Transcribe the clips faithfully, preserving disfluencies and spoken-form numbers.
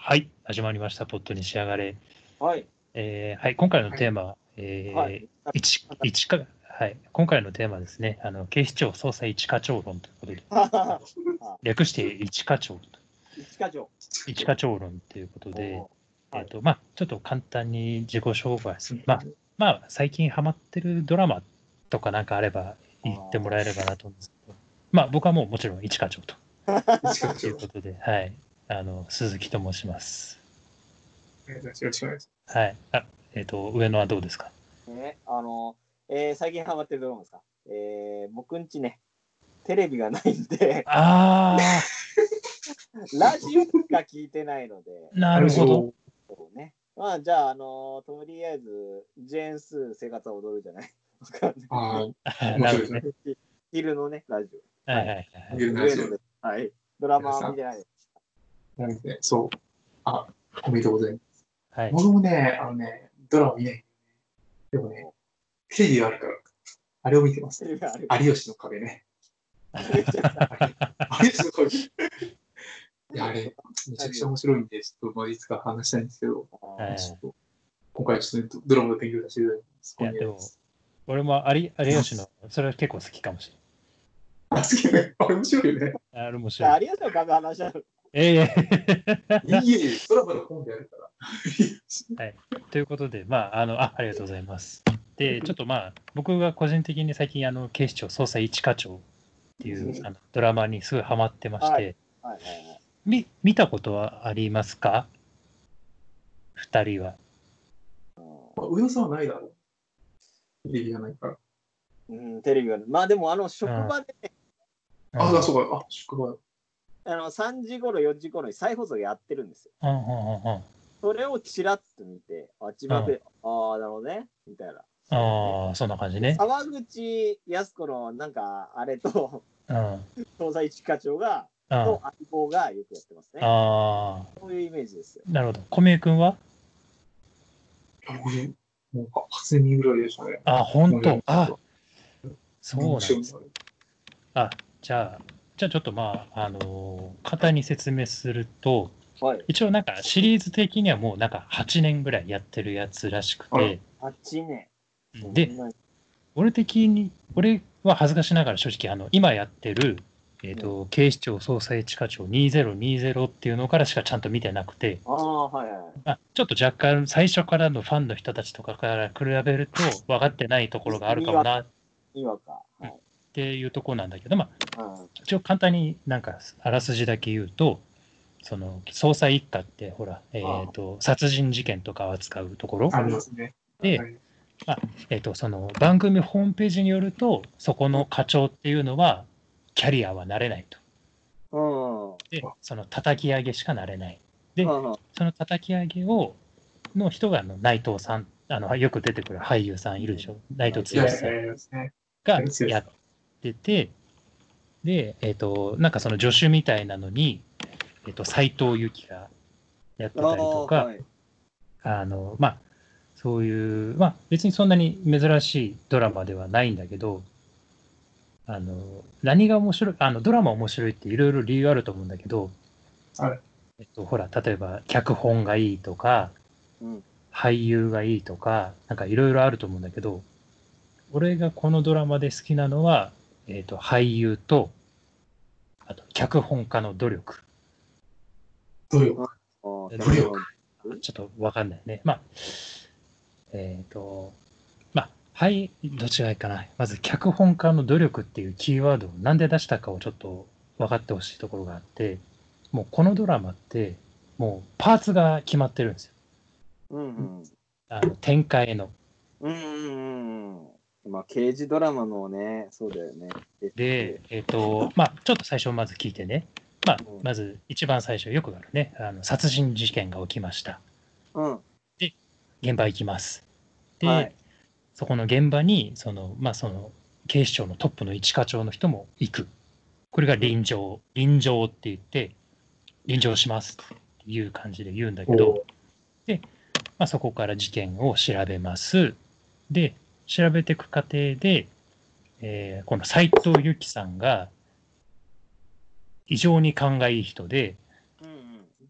はい、始まりました。ポットに仕上がれ。 はい。 えーはい、今回のテーマは、えーはい一一かはい、今回のテーマはですね、あの警視庁捜査一課長論ということで、 あ略して一課長と、 一課長。 一課長論ということで、 おーはいえっ、と、まあ、ちょっと簡単に自己紹介する。まあ、まあ、最近ハマってるドラマとかなんかあれば言ってもらえればなと思うんですけど、まあ、僕はもうもちろん一課長と一課長。 いうことで、はい、あの鈴木と申します。 よろしくお願いします。 はい。あ、えっ、と、上野はどうですか？ ね、あの、えー最近ハマってるドラマですか。えー僕んちね、テレビがないんで、 あラジオしか聞いてないので、 ー、なるほど。 そうね。まあ、じゃあ、あのとりあえず、ジェーンスー生活は踊るじゃない。わかんないああ、 なるほどね。 昼のね、ラジオ。 はいはいはいはい。 見るラジオ上野で。はい。ドラマは見てないです。 なんですね。そう。あ、おめでとうございます。 はい、 僕もね、あのね、ドラマ見ない。でもね、テレビがあるから、あれを見てますテ。レビがある。 有吉の壁ね。有吉の壁。いや、あれ、めちゃくちゃ面白いんで、ちょっとまあいつか話したいんですけど、 はいちょっと今回ちょっとドラマの勉強させていただきます。 いや、でも、俺も有有吉の、それは結構好きかもしあ、好きね。あれ面白いよね。 れない。あれ面白い。 有吉の壁話しちゃう。 ええいえいえ、ドラマの本であるから。 はい。ということで、まあ、あの、あ、ありがとうございます。で、ちょっとまあ、僕が個人的に最近、あの、警視庁捜査一課長っていうあのドラマにすごいハマってまして、 はいはいはいはい。 み見たことはありますか？二人は。 まあ、上野さんはないだろう。テレビがないから。 うん、テレビが。まあでも、あの、職場で、ねあ、 うんあ、そうか。あ、職場。 あのさんじ頃、よじ頃に再放送やってるんですよ。 うんうんうんうん。 それをちらっと見て、あ、千葉で、ああ、なるほどね、みたいな。 ああ、そんな感じね。 沢口靖子の、なんか、あれと、 うん。あ捜査一課長が、 あと相棒がよくやってますね。 あそういうイメージですよ。 ー、なるほど。小宮君は？ 僕ね、もうはちねんぐらいでしたね。 あ、本当。あ、 もそうなんです。あ、じゃあ、じゃあちょっとまあ、あのー簡単に説明すると、 はい。 一応なんかシリーズ的にはもうなんかはちねんぐらいやってるやつらしくあらて、 はちねん。 でそんなに俺的に、俺は恥ずかしながら正直、あの、今やってる、えっ、と、警視庁捜査一課長にせんにじゅうっていうのからしかちゃんと見てなくて、 ああ、はいはい。 あ、ちょっと若干最初からのファンの人たちとかから比べると分かってないところがあるかもなっにわか。はい。 ていうところなんだけど、まあ、 うん一応簡単になんかあらすじだけ言うと、その捜査一課ってほら、えっ、と、殺人事件とかを扱うところありますね。 で、 はいまあえっと、その番組ホームページによると、そこの課長っていうのは、キャリアはなれないと。 うん。 で、その叩き上げしかなれない。で、 うんその叩き上げをの人があの内藤さん、あのよく出てくる俳優さんいるでしょ、内藤いやい剛さんやいやですね。 がやってて、で、えっと、なんかその助手みたいなのに、えっと、斎藤由貴がやってたりとか、 あーはいあの、まあ、そういう、まあ、別にそんなに珍しいドラマではないんだけど、あの、何が面白い、あの、ドラマ面白いっていろいろ理由あると思うんだけど、 はいえっと、ほら、例えば、脚本がいいとか、 うん俳優がいいとか、なんかいろいろあると思うんだけど、俺がこのドラマで好きなのは、えっと、俳優と、あと、脚本家の努力。 どういうあー努力ちょっとわかんないね。まあ、えっと、まあ、はい、どっちがいいかな。まず、脚本家の努力っていうキーワードをなんで出したかをちょっと分かってほしいところがあって、もうこのドラマって、もうパーツが決まってるんですよ。 うんうん。 あの展開の。 うんうんうん。まあ、刑事ドラマのね、そうだよね。 で、えっと、まあ、ちょっと最初まず聞いてね。まあうん、 まず一番最初よくあるね、あの殺人事件が起きました。 うん。 で、現場行きます。で、 はい。 そこの現場に、その、まあ、その、警視庁のトップの一課長の人も行く。これが臨場、臨場って言って、臨場しますっていう感じで言うんだけど、で、まあ、そこから事件を調べます。で、調べていく過程で、えーこの斎藤由貴さんが異常に勘がいい人で、 うんうん。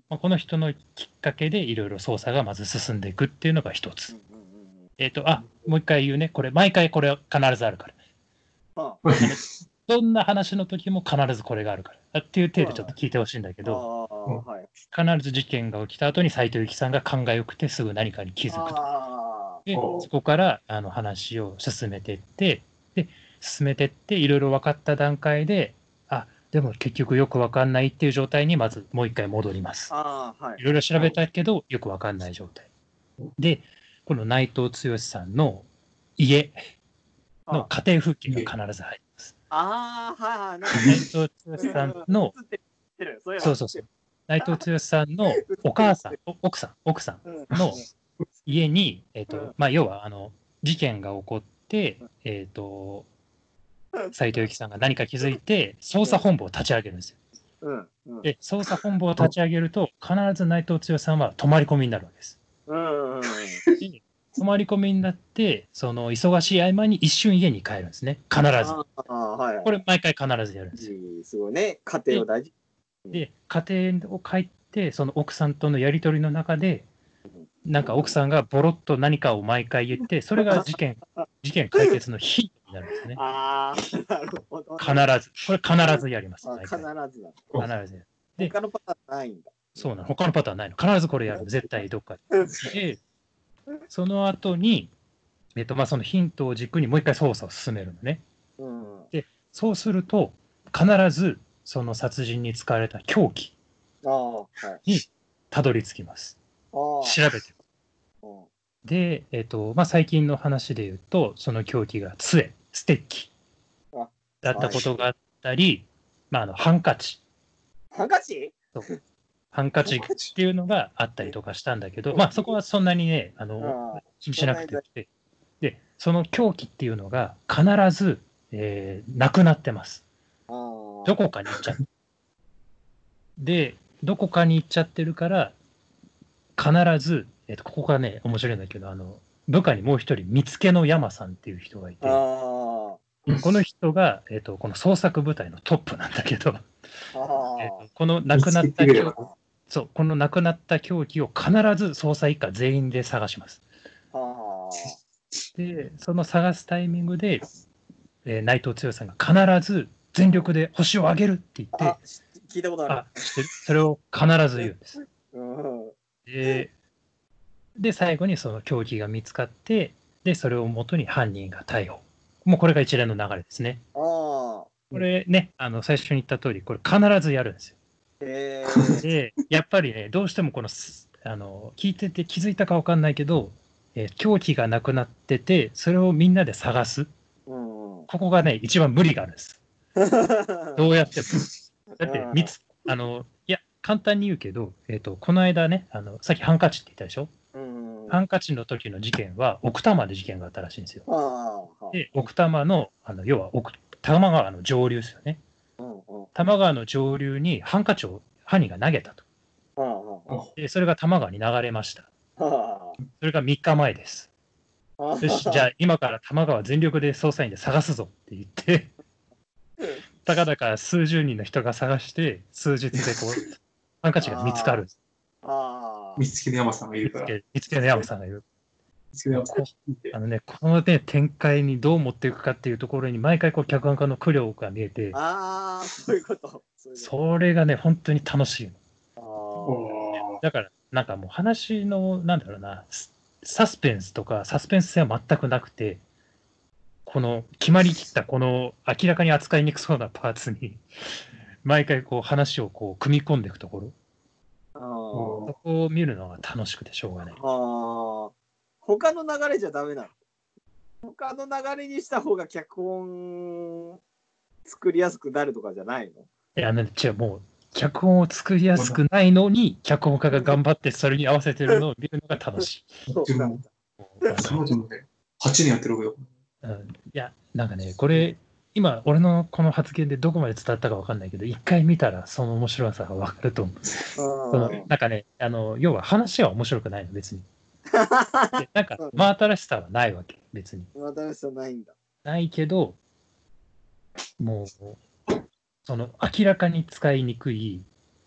まあ、この人のきっかけでいろいろ捜査がまず進んでいくっていうのが一つ。 うんうんうんうん。 えっ、と、あ、もう一回言うね。これ、毎回これは必ずあるから。 あどんな話の時も必ずこれがあるから。あっていう程度ちょっと聞いてほしいんだけあど、 ー、はい。 必ず事件が起きた後に斉藤由貴さんが勘が良くてすぐ何かに気づくと。 あで、 おうそこからあの話を進めていって、で、進めていって、いろいろ分かった段階で、あ、でも結局よく分かんないっていう状態にまずもう一回戻ります。 あー、はい。 いろいろ調べたけど、よく分かんない状態。で、この内藤剛さんの家の家庭風景が必ず入ります。 ああ、はいはい。なんか内藤剛さんの、 映ってる映ってる。そういえばそうそうそう、内藤剛さんのお母さん、お奥さん、奥さんうんの家に、えっ、とうん、 まあ、要は、あの、事件が起こって、えっ、と、斉藤由貴さんが何か気づいて、捜査本部を立ち上げるんですよ。 うんうんで、捜査本部を立ち上げると、必ず内藤剛さんは泊まり込みになるわけです。 うんうんで泊まり込みになって、その忙しい合間に一瞬家に帰るんですね。必ず。 ああ、はいはい。 これ、毎回必ずやるんですよ。 いいすごいね。家庭を大事。 で、家庭を帰って、その奥さんとのやり取りの中で、なんか奥さんがボロッと何かを毎回言って、それが事件、事件解決のヒントになるんですね。 ああ、なるほど、ね。 必ず。これ必ずやります。 あ必毎回ずだ。 必ずやる。で他のパターンないんだ。 そうなの。他のパターンないの。必ずこれやる。絶対どっかで。で、その後に、えっと、まあ、そのヒントを軸にもう一回捜査を進めるのね。 うん。 そうすると、必ずその殺人に使われた凶器ああ、はい。 にたどり着きます。 あ調べてる。 あ。うんで、えっと、まあ、最近の話で言うと、その凶器が杖、ステッキあだったことがあったり、まあ、あの、ハンカチ、 ハンカチハンカチっていうのがあったりとかしたんだけど、まあ、そこはそんなにね、あの、 あ気にしなくてよくて、で、その凶器っていうのが必ず、えーなくなってます。 あ。ああ。 どこかに行っちゃう。で、どこかに行っちゃってるから、必ず、えっと、ここがね、面白いんだけど、あの、部下にもう一人、見つけの山さんっていう人がいて、 あこの人が、えっと、この捜索部隊のトップなんだけど、 あ。あえっと、この亡くなった見つけてくれ凶ばそう、この亡くなった凶器を必ず捜査一課全員で探します。 あ。あで、その探すタイミングで、えー内藤剛さんが必ず全力で星を上げるって言あ。あって、、 聞いたことある。 あ、知ってるそれを必ず言うんです。 うん。 で、で最後にその凶器が見つかって、で、それをもとに犯人が逮捕。もうこれが一連の流れですね。 ああ。 これね、あの最初に言った通り、これ必ずやるんですよ。 へえ。 で、やっぱりね、どうしてもこの、すあの、聞いてて気づいたかわかんないけど、えー凶器がなくなってて、それをみんなで探す。 うん。 ここがね、一番無理があるんです。どうやっても。だってうん、 見つ、あの、いや、簡単に言うけど、えっと、この間ね、あの、さっきハンカチって言ったでしょ。 うん。 ハンカチの時の事件は、奥多摩で事件があったらしいんですよ。 ああ。 で、奥多摩の、あの要は奥多摩川の上流ですよね。 うんうん。 多摩川の上流にハンカチを犯人が投げたと。 あで、それが多摩川に流れました。 あ。あそれがみっかまえです。 あ。 よし、じゃあ今から多摩川全力で捜査員で探すぞって言って、たかだか数十人の人が探して、数日でこう、ハンカチが見つかる。 ああ。 見つけの山さんがい見つるから。 け見つけの山さんがいる。 見つけの山さんがいてあのね、このね、展開にどう持っていくかっていうところに、毎回こう脚本家の苦慮が見えて、 ああ、そういうこと。そういうこそれがね、本当に楽しいの。 と。 おーだから、なんかもう話の、なんだろうな、スサスペンスとか、サスペンス性は全くなくて、この決まりきったこの明らかに扱いにくそうなパーツに、毎回こう話をこう組み込んでいくところ、 あーそこを見るのが楽しくてしょうがない。 あー。他の流れじゃダメなの。他の流れにした方が脚本作りやすくなるとかじゃないの？ いや、ね、違う、もう、脚本を作りやすくないのに、脚本家が頑張ってそれに合わせてるのを見るのが楽しい。 そう自分もなんだ。 彼女もね、はちねんやってるよ。 うん、いや、なんかね、これ、今、俺のこの発言でどこまで伝わったかわかんないけど、一回見たらその面白さがわかると思う。そのなんかね、あの、要は話は面白くないの、別に。でなんか、真新しさはないわけ、別に。 新しさないんだ。 ないけど、もう、その、明らかに使いにくい、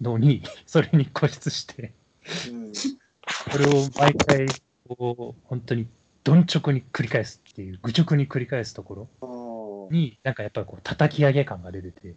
のに、それに固執して、 うんこれを毎回、こう、本当に、どん直に繰り返すっていう、愚直に繰り返すところおーに、なんかやっぱりこう、叩き上げ感が出てて、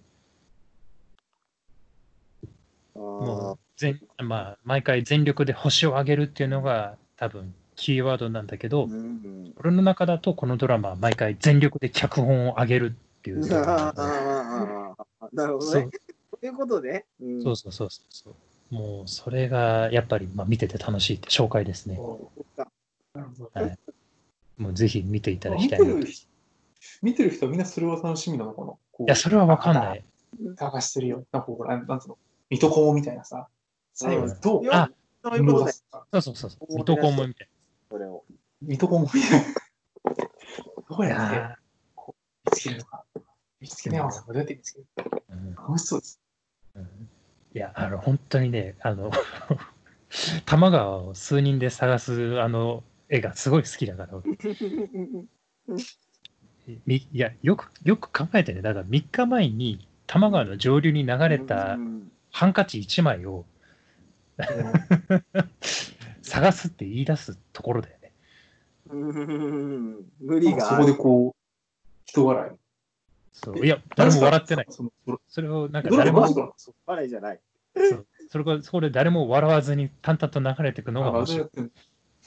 あもーう全、まあ、毎回全力で星を上げるっていうのが、多分、キーワードなんだけど、 うんうん俺の中だと、このドラマは毎回全力で脚本を上げるっていうドラマあなんだーあーなるほどね。 そうということで、うんそうそうそうそう。もう、それがやっぱり、まあ、見てて楽しいって紹介ですね。 おなるほど。 はい。もうぜひ見ていただき見たいな。いてる人、見てる人はみんなそれは楽しみなのかな。こうや、それはわかんない。 探してるよ。なんかこう、なんなんつうの、水戸黄門みたいなさ、最後にどういやあ、 そういうことで出すか。 そうそうそうそう。水戸黄門みたいそれを。 水戸黄門みたいな。どうな。 やってあ見つけるのか。見つけないさんがどうやって見つけるのか。 ーうん楽しそうです。 うんいや、あの、本当にね、あの、多摩川を数人で探すあの絵がすごい好きだから、俺みいや、よく、よく考えてね、だからみっかまえに多摩川の上流に流れたうんハンカチいちまいを探すって言い出すところだよね。 うん無理がそこでこう、人笑い。 そういや、誰も笑ってない。 そのそそれをなんかドラ誰も、 ママジか笑いじゃない。 そうそれがそこで誰も笑わずに淡々と流れていくのがな。あ、 面白い。 やってん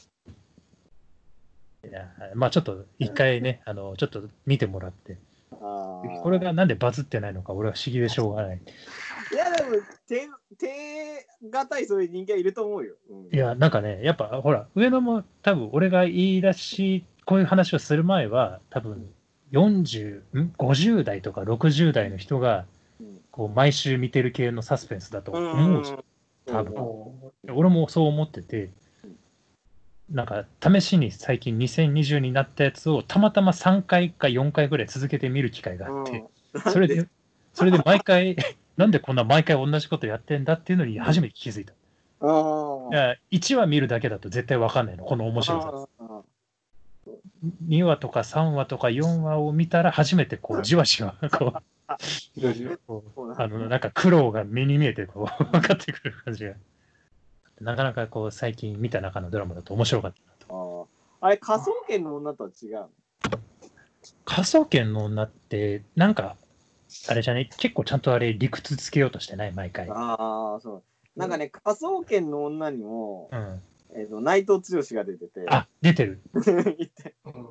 いやまあちょっと一回ね、あのちょっと見てもらって、 あーこれがなんでバズってないのか、俺は不思議でしょうがない。 いや、でも、手、手堅いそういう人間いると思うよ。うんいや、なんかね、やっぱほら、上野も多分俺が言い出し、こういう話をする前は、多分よんじゅう、んごじゅう代とかろくじゅう代の人が、 うんこう毎週見てる系のサスペンスだと思うじゃん。多分の俺もそう思ってて、なんか試しに最近にせんにじゅうになったやつをたまたまさんかいかよんかいぐらい続けて見る機会があって、それで、それで毎回、なんでこんな毎回同じことやってんだっていうのに初めて気づいた。 あいやいちわ見るだけだと絶対わかんないの、この面白さ。 あにわとかさんわとかよんわを見たら初めてこうじわじわこういろいろこうあのなんか苦労が目に見えてこう分かってくる感じが。なかなかこう最近見た中のドラマだと面白かったなと。 ああれ、科捜研の女とは違うの。 科捜研の女ってなんかあれじゃね結構ちゃんとあれ理屈つけようとしてない毎回。 ああ、そう。なんかね、科捜研の女にも、 うん。 えっと、内藤剛が出てて。 あ出てる。 いて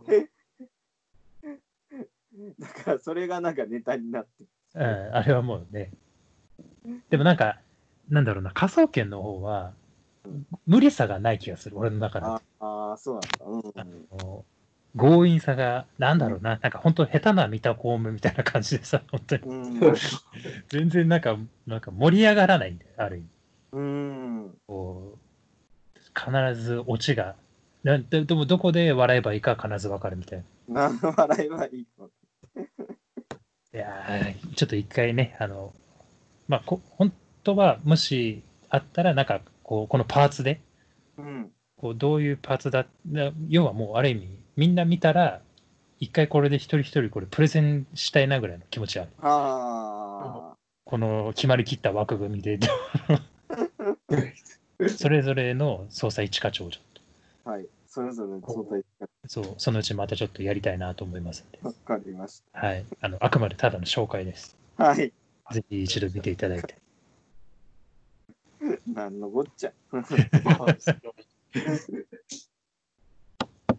だから、それがなんかネタになって。 うんあれはもうね。でもなんかなんだろうな科捜研の方は無理さがない気がする俺の中で。 ああー、そうなんだ。うんうん。 あの強引さが、なんだろうな、なんか本当下手な見た公務みたいな感じでさ、本当に。 うん全然なんか、なんか盛り上がらないんだよ、ある意味。 うん。 こう、必ずオチが、なんででもどこで笑えばいいか必ず分かるみたいな。 何の笑いはいいの。 いやー、ちょっと一回ね、あの、まあ、こ本当はもしあったら、なんかこう、このパーツで、 うん。 こうどういうパーツだ、な要はもうある意味、みんな見たら、一回これで一人一人これプレゼンしたいなぐらいの気持ちある。 ああ。 この決まりきった枠組みで、それぞれの捜査一課長をちょっはい。それぞれ相対と、そう、そのうちまたちょっとやりたいなと思いますんで、 わかりましはい。あの、あくまでただの紹介です。 た。はい。 ぜひ一度見ていただいて。 何のこっちゃ。 まあ